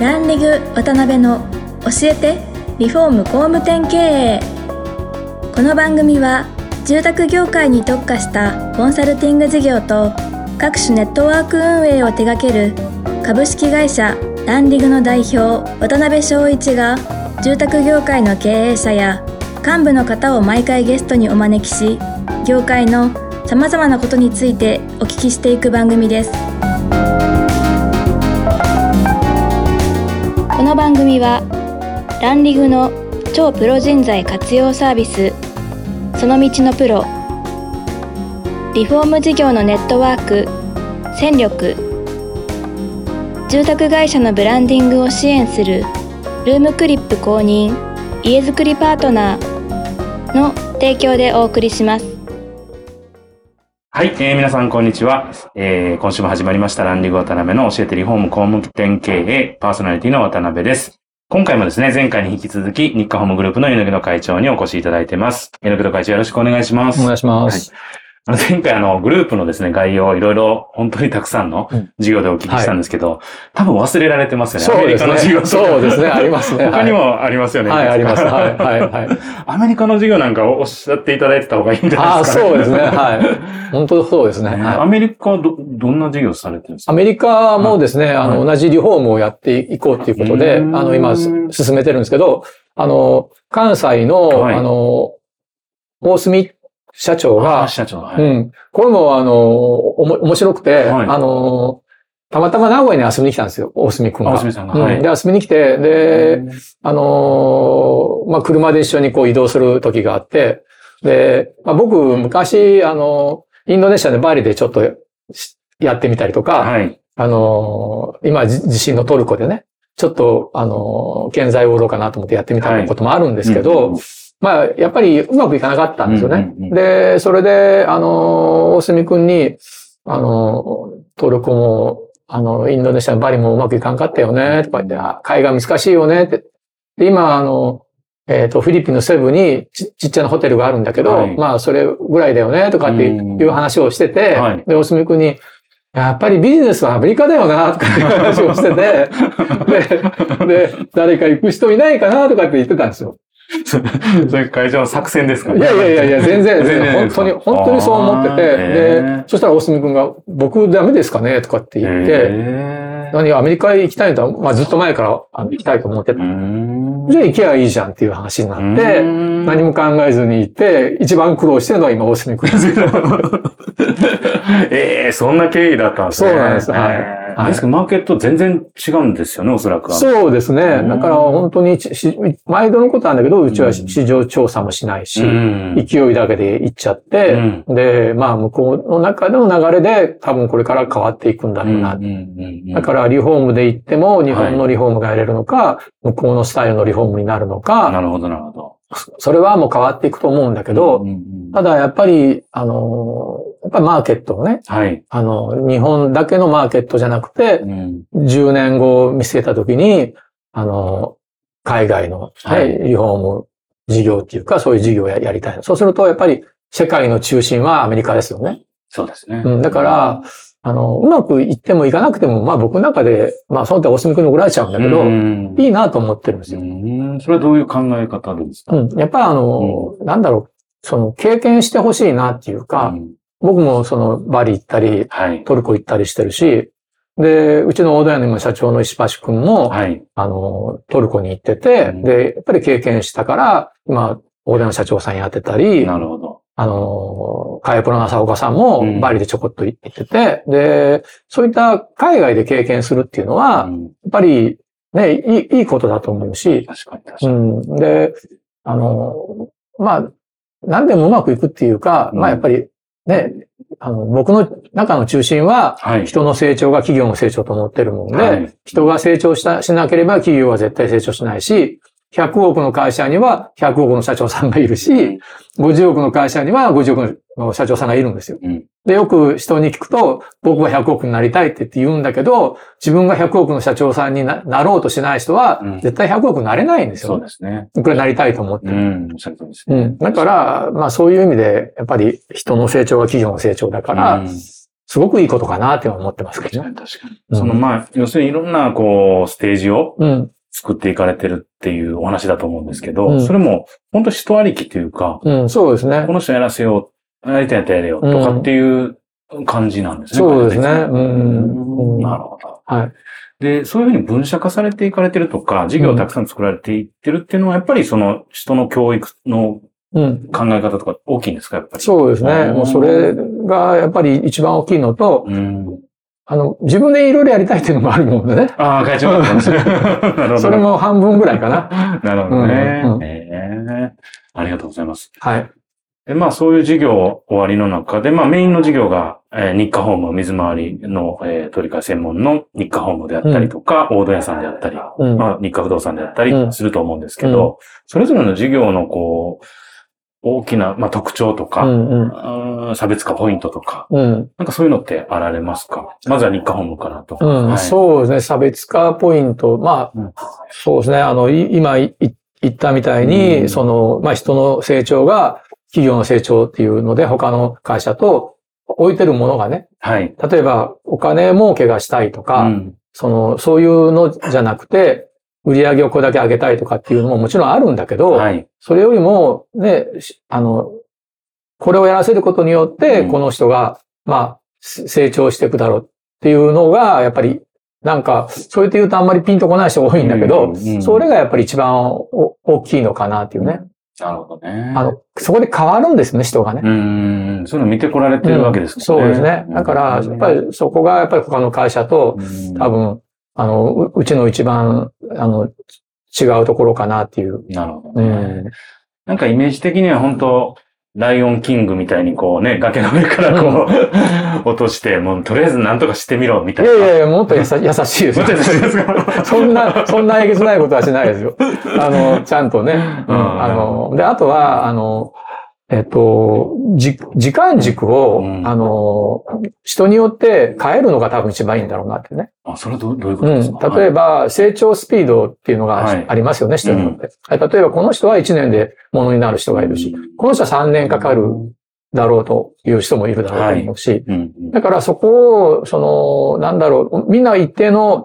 ランリグ渡辺の教えてリフォーム工務店経営。この番組は住宅業界に特化したコンサルティング事業と各種ネットワーク運営を手掛ける株式会社ランリグの代表渡辺翔一が住宅業界の経営者や幹部の方を毎回ゲストにお招きし、業界のさまざまなことについてお聞きしていく番組です。この番組はランリグの超プロ人材活用サービスその道のプロ、リフォーム事業のネットワーク戦力、住宅会社のブランディングを支援するルームクリップ公認家づくりパートナーの提供でお送りします。 はい、皆さんこんにちは。今週も始まりましたランリグ渡辺の教えてリフォーム工務店経営、パーソナリティの渡辺です。今回もですね、前回に引き続き日課ホームグループの榎戸会長にお越しいただいてます。榎戸会長よろしくお願いします。 お願いします。 はい、前回グループのですね、概要をいろいろ本当にたくさんの授業でお聞きしたんですけど、多分忘れられてますよね。 そうですね。 アメリカの授業とか。 そうですね。ありますね。 他にもありますよね。 はい、あります。はい、はい、はい。 アメリカの授業なんかおっしゃっていただいてた方がいいんじゃないですかね。 そうですね。はい。本当そうですね。はい、 アメリカはどんな授業されてるんですか？ アメリカもですね、同じリフォームをやっていこうということで、今進めてるんですけど、関西の、大隅社長が、これも面白くて、たまたま名古屋に遊びに来たんですよ、大隅くんが。 大隅さんが。 で、遊びに来て、で、車で一緒にこう移動する時があって、で、僕、昔、インドネシアでバリでちょっとやってみたりとか、今、地震のトルコでね、ちょっと、建材を売ろうかなと思ってやってみたこともあるんですけど、やっぱりうまくいかなかったんですよね。で、それで、大隅くんに、トルコも、インドネシアのバリもうまくいかんかったよね、とか言って、海外難しいよね、って。で、今、フィリピンのセブにちっちゃなホテルがあるんだけど、それぐらいだよね、とかっていう話をしてて、で、大隅くんに、やっぱりビジネスはアメリカだよな、とかっていう話をしてて、で、誰か行く人いないかな、とかって言ってたんですよ。 それ会場の作戦ですか？ いや、全然、本当にそう思ってて、で、そしたら大隅くんが、僕ダメですかねとかって言って、アメリカへ行きたいんだ。ずっと前から行きたいと思ってた。じゃあ行けばいいじゃんっていう話になって、何も考えずに行って、一番苦労してるのは今大隅くんです。 そんな経緯だったんですね。 そうなんです。はい。 ですけど、マーケット全然違うんですよね、おそらくは。 そうですね。だから本当に、毎度のことなんだけど、うちは市場調査もしないし、勢いだけで行っちゃって、で、向こうの中での流れで多分これから変わっていくんだろうな。だからリフォームで行っても日本のリフォームがやれるのか、向こうのスタイルのリフォームになるのか。 なるほど、なるほど。 それはもう変わっていくと思うんだけど、ただやっぱり、やっぱりマーケットをね、日本だけのマーケットじゃなくて、10年後を見据えたときに、海外の、リフォーム事業っていうか、そういう事業をやりたい。そうすると、やっぱり世界の中心はアメリカですよね。 そうですね。 だから、うまくいってもいかなくても、僕の中で、その他大隅くんに怒られちゃうんだけど、いいなと思ってるんですよ。 それはどういう考え方ですか？ やっぱ経験してほしいなっていうか、僕もバリ行ったり、トルコ行ったりしてるし、で、うちの大田屋の今社長の石橋くんも、トルコに行ってて、で、やっぱり経験したから、今、大田屋の社長さんやってたり、 なるほど。 カヤプロの浅岡さんもバリでちょこっと行ってて、で、そういった海外で経験するっていうのは、やっぱりね、いいことだと思うし、 確かに。 で、何でもうまくいくっていうか、やっぱりね、僕の中の中心は、人の成長が企業の成長と思ってるもんで、人が成長しなければ企業は絶対成長しないし、100億の会社には100億の社長さんがいるし、50億の会社には50億の社長さんがいるんですよ。で、よく人に聞くと、僕は100億になりたいって言うんだけど、自分が100億の社長さんになろうとしない人は、絶対100億になれないんですよ。 そうですね。 これなりたいと思ってる。 そうですね。 だから、そういう意味で、やっぱり人の成長は企業の成長だから、 すごくいいことかなって思ってますけどね。 確かに。その要するにいろんなステージを作っていかれてるっていうお話だと思うんですけど、それも本当人ありきというか、 そうですね。 この人やらせよう、やりたいやったらやれよとかっていう感じなんですね。 そうですね。なるほど。はい。で、そういうふうに分社化されていかれてるとか、事業をたくさん作られていってるっていうのは、やっぱりその人の教育の考え方とか大きいんですか、やっぱり。 そうですね。もうそれがやっぱり一番大きいのと、自分でいろいろやりたいっていうのもあるもんでね。 会長なんですね。 それも半分ぐらいかな。 なるほどね。ありがとうございます。 はい。 で、そういう事業終わりの中で、メインの事業が、日課ホーム、水回りの、取り替え専門の日課ホームであったりとか、大戸屋さんであったり、日課不動産であったりすると思うんですけど、それぞれの事業の大きな、特徴とか、差別化ポイントとか、なんかそういうのってあられますか？まずは日課ホームからとか。 そうですね。差別化ポイント。そうですね。今言ったみたいに、人の成長が企業の成長っていうので、他の会社と置いてるものがね。 はい。 例えば、お金儲けがしたいとか、そういうのじゃなくて、売り上げをこれだけ上げたいとかっていうのももちろんあるんだけど、それよりも、ね、これをやらせることによって、この人が、成長していくだろうっていうのが、やっぱり、なんか、そうやって言うとあんまりピンとこない人多いんだけど、それがやっぱり一番大きいのかなっていうね。 なるほどね。 そこで変わるんですね、人がね。 そういうの見てこられてるわけですね。 そうですね。だから、やっぱりそこがやっぱり他の会社と、多分、うちの一番、違うところかなっていう。 なるほどね。なんかイメージ的には本当ライオンキングみたいに崖の上から落として、もうとりあえず何とかしてみろ、みたいな。 いや、もっと優しいですよ。そんなえげつないことはしないですよ。ちゃんとね。で、あとは、時間軸を、人によって変えるのが多分一番いいんだろうなってね。 それはどういうことですか？ 例えば、成長スピードっていうのがありますよね、人によって。例えば、この人は1年でものになる人がいるし、この人は3年かかるだろうという人もいるだろうと思うし、だからそこを、みんな一定の、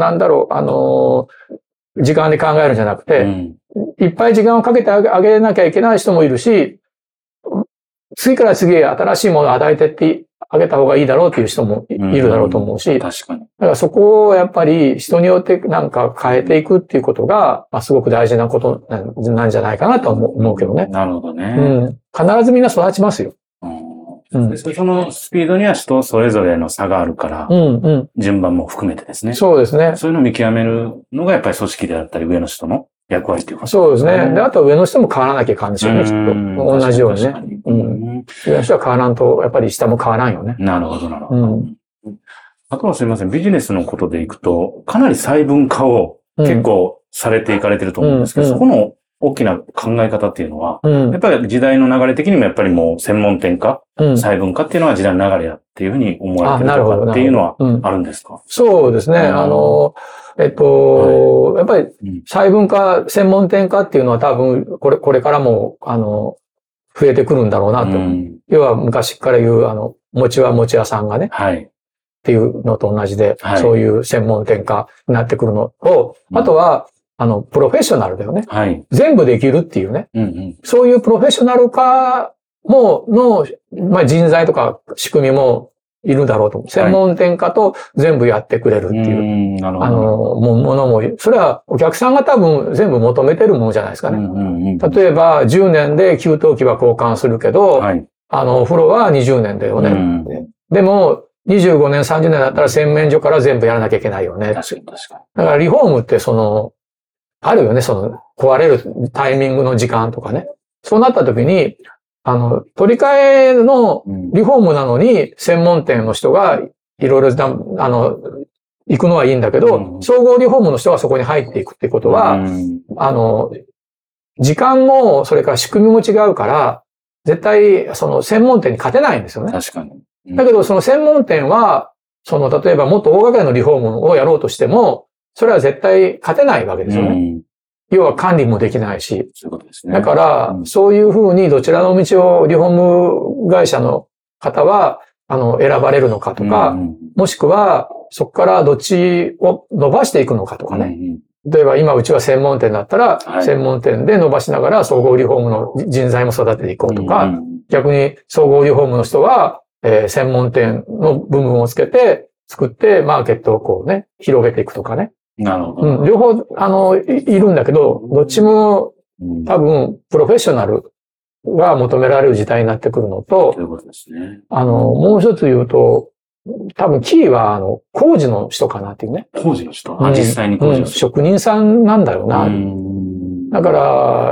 時間で考えるんじゃなくて、いっぱい時間をかけてあげなきゃいけない人もいるし、次から次へ新しいものを与えてってあげた方がいいだろうっていう人もいるだろうと思うし、 確かに。 だからそこをやっぱり人によってなんか変えていくっていうことが、すごく大事なことなんじゃないかなと思うけどね。 なるほどね。 必ずみんな育ちますよ。 そのスピードには人それぞれの差があるから、順番も含めてですね。 そうですね。 そういうのを見極めるのがやっぱり組織であったり上の人の役割っていうか。 そうですね。で、あとは上の人も変わらなきゃいかんでしょうね、きっと。同じようにね。上の人は変わらんと、やっぱり下も変わらんよね。 なるほど、なるほど。あとはすみません、ビジネスのことでいくと、かなり細分化を結構されていかれてると思うんですけど、そこの大きな考え方っていうのは、やっぱり時代の流れ的にもやっぱりもう専門店化、細分化っていうのは時代の流れやっていうふうに思われてるとかっていうのはあるんですか？ そうですね。やっぱり細分化、専門店化っていうのは多分これからも増えてくるんだろうなと。要は昔から言う餅は餅屋さんがね、っていうのと同じで、そういう専門店化になってくるのと、あとはプロフェッショナルだよね。全部できるっていうね。そういうプロフェッショナル化の人材とか仕組みもいるだろうと思う。専門店化と全部やってくれるっていう、ものも、それはお客さんが多分全部求めてるものじゃないですかね。例えば10年で給湯器は交換するけど、お風呂は20年だよね。でも、25年、30年だったら洗面所から全部やらなきゃいけないよね。 確かに。だからリフォームってあるよね、壊れるタイミングの時間とかね。そうなった時に、取り替えのリフォームなのに、専門店の人がいろいろ、行くのはいいんだけど、総合リフォームの人がそこに入っていくってことは、時間も、それから仕組みも違うから、絶対、専門店に勝てないんですよね。 確かに。 だけど、その専門店は、例えばもっと大掛けのリフォームをやろうとしても、それは絶対勝てないわけですよね。要は管理もできないし。 そういうことですね。 だから、そういうふうにどちらの道をリフォーム会社の方は、 選ばれるのかとか、もしくは、そこからどっちを伸ばしていくのかとかね。例えば今うちは専門店だったら、専門店で伸ばしながら総合リフォームの人材も育てていこうとか、逆に総合リフォームの人は、専門店の部分をつけて作ってマーケットをこうね、広げていくとかね。 なるほど。 両方、いるんだけど、どっちも多分プロフェッショナルが求められる時代になってくるのと、 ということですね。 もう一つ言うと、多分キーは、工事の人かなっていうね。 工事の人、実際に工事の人。 職人さんなんだよな。だから、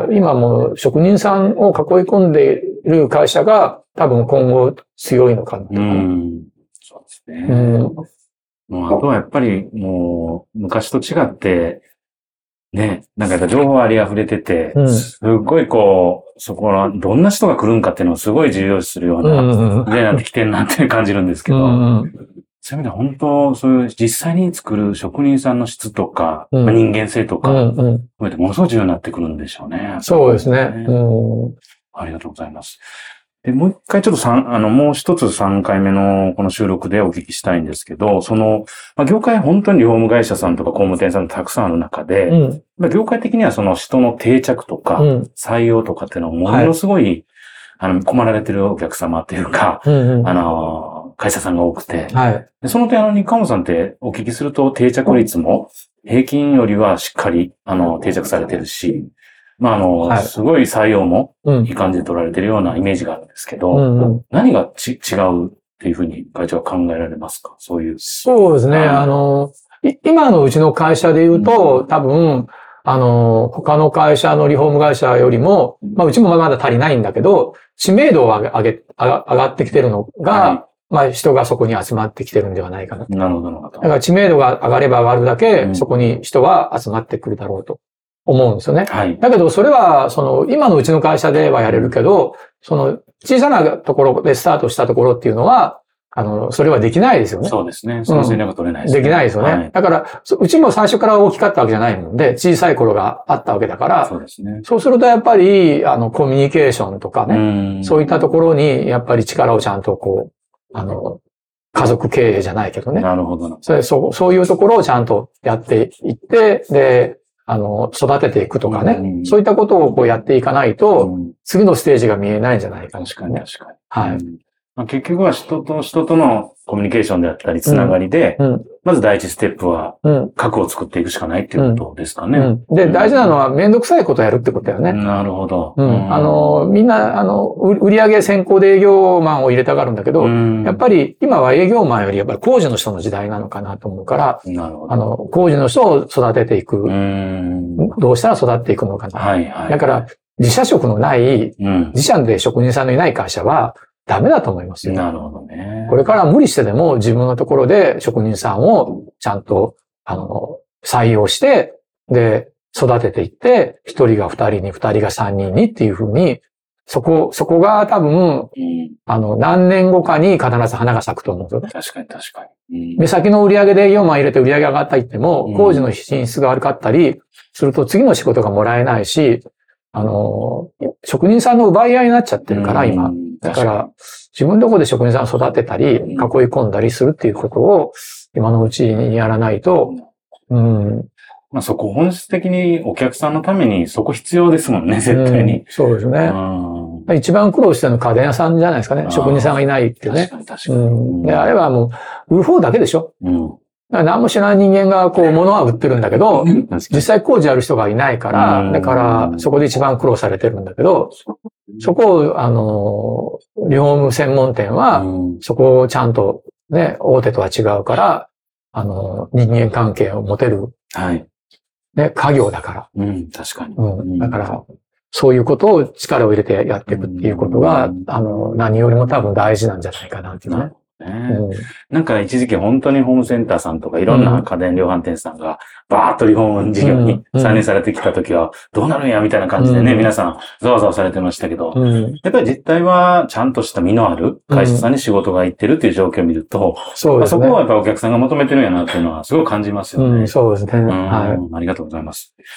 今も職人さんを囲い込んでいる会社が多分今後強いのかなと。 そうですね。あとはやっぱりもう、昔と違って、ね、なんかやっぱ情報あり溢れてて、すっごいこう、そこはどんな人が来るんかっていうのをすごい重要視するような時代になってきてるなって感じるんですけど、そういう意味では本当、そういう実際に作る職人さんの質とか、人間性とか、含めてものすごい重要になってくるんでしょうね。 そうですね。 ありがとうございます。で、もう一回ちょっともう一つ3回目のこの収録でお聞きしたいんですけど、業界本当にリフォーム会社さんとか工務店さんたくさんある中で、業界的にはその人の定着とか、採用とかっていうのはものすごい、困られてるお客様っていうか、会社さんが多くて、でその点日本さんってお聞きすると定着率も平均よりはしっかり、定着されてるし、すごい採用もいい感じで取られてるようなイメージがあるんですけど、何が違うっていうふうに会長は考えられますか？そういう。 そうですね。今のうちの会社で言うと、多分、他の会社のリフォーム会社よりも、うちもまだ足りないんだけど、知名度が上がってきてるのが、人がそこに集まってきてるんではないかな。 なるほど、なるほど。 だから知名度が上がれば上がるだけ、そこに人は集まってくるだろうと思うんですよね。だけど、それは、今のうちの会社ではやれるけど、小さなところでスタートしたところっていうのは、それはできないですよね。 そうですね。その戦略が取れないですね。 できないですよね。だから、うちも最初から大きかったわけじゃないので、小さい頃があったわけだから、 そうですね。 そうするとやっぱり、コミュニケーションとかね、そういったところに、やっぱり力をちゃんと家族経営じゃないけどね。 なるほど。 そういうところをちゃんとやっていって、で、育てていくとかね、そういったことをやっていかないと、次のステージが見えないんじゃないかな。 確かに。結局は人と人とのコミュニケーションであったり、つながりで、まず第一ステップは、核を作っていくしかないっていうことですかね。 で、大事なのはめんどくさいことをやるってことだよね。 なるほど。 みんな、売上先行で営業マンを入れたがるんだけど、やっぱり今は営業マンよりやっぱり工事の人の時代なのかなと思うから、工事の人を育てていく。どうしたら育っていくのかな。だから、自社職のない、自社で職人さんのいない会社は、ダメだと思いますよ。 なるほどね。 これから無理してでも自分のところで職人さんをちゃんと、採用して、で、育てていって、一人が二人に、二人が三人にっていうふうに、そこが多分、何年後かに必ず花が咲くと思うんですよね。 確かに。 目先の売上で営業マン入れて売上上がったりっても、工事の品質が悪かったりすると次の仕事がもらえないし、職人さんの奪い合いになっちゃってるから、今。だから、自分のところで職人さんを育てたり、囲い込んだりするっていうことを、今のうちにやらないと、 そこ本質的にお客さんのためにそこ必要ですもんね、絶対に。 そうですね。一番苦労してるのは家電屋さんじゃないですかね。職人さんがいないっていうね。 確かに。 で、あれはもう、売る方だけでしょ。何も知らない人間が物は売ってるんだけど、実際工事やる人がいないから、だからそこで一番苦労されてるんだけど、そこを、リフォーム専門店は、そこをちゃんとね、大手とは違うから、人間関係を持てる。ね、家業だから。 確かに。 だから、そういうことを力を入れてやっていくっていうことが、何よりも多分大事なんじゃないかなっていうね。 なんか一時期本当にホームセンターさんとかいろんな家電量販店さんがバーッとリフォーム事業に参入されてきた時はどうなるんやみたいな感じでね、皆さんざわざわされてましたけど、やっぱり実態はちゃんとした身のある会社さんに仕事が行ってるっていう状況を見ると、そこはやっぱりお客さんが求めてるんやなっていうのはすごい感じますよね。 そうですね。 ありがとうございます。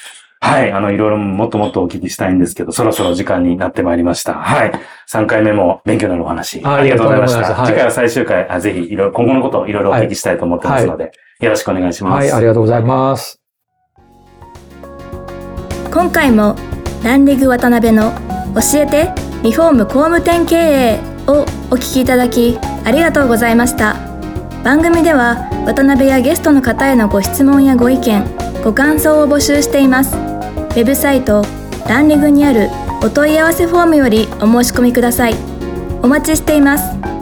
はい。いろいろもっともっとお聞きしたいんですけど、そろそろ時間になってまいりました。はい。3回目も勉強になるお話、ありがとうございました。はい、次回は最終回、ぜひ、今後のことをいろいろお聞きしたいと思ってますので、よろしくお願いします。 はい、ありがとうございます。 今回も、ランリグ渡辺の教えてリフォーム工務店経営をお聞きいただき、ありがとうございました。番組では、渡辺やゲストの方へのご質問やご意見、ご感想を募集しています。ウェブサイトランリグにあるお問い合わせフォームよりお申し込みください。お待ちしています。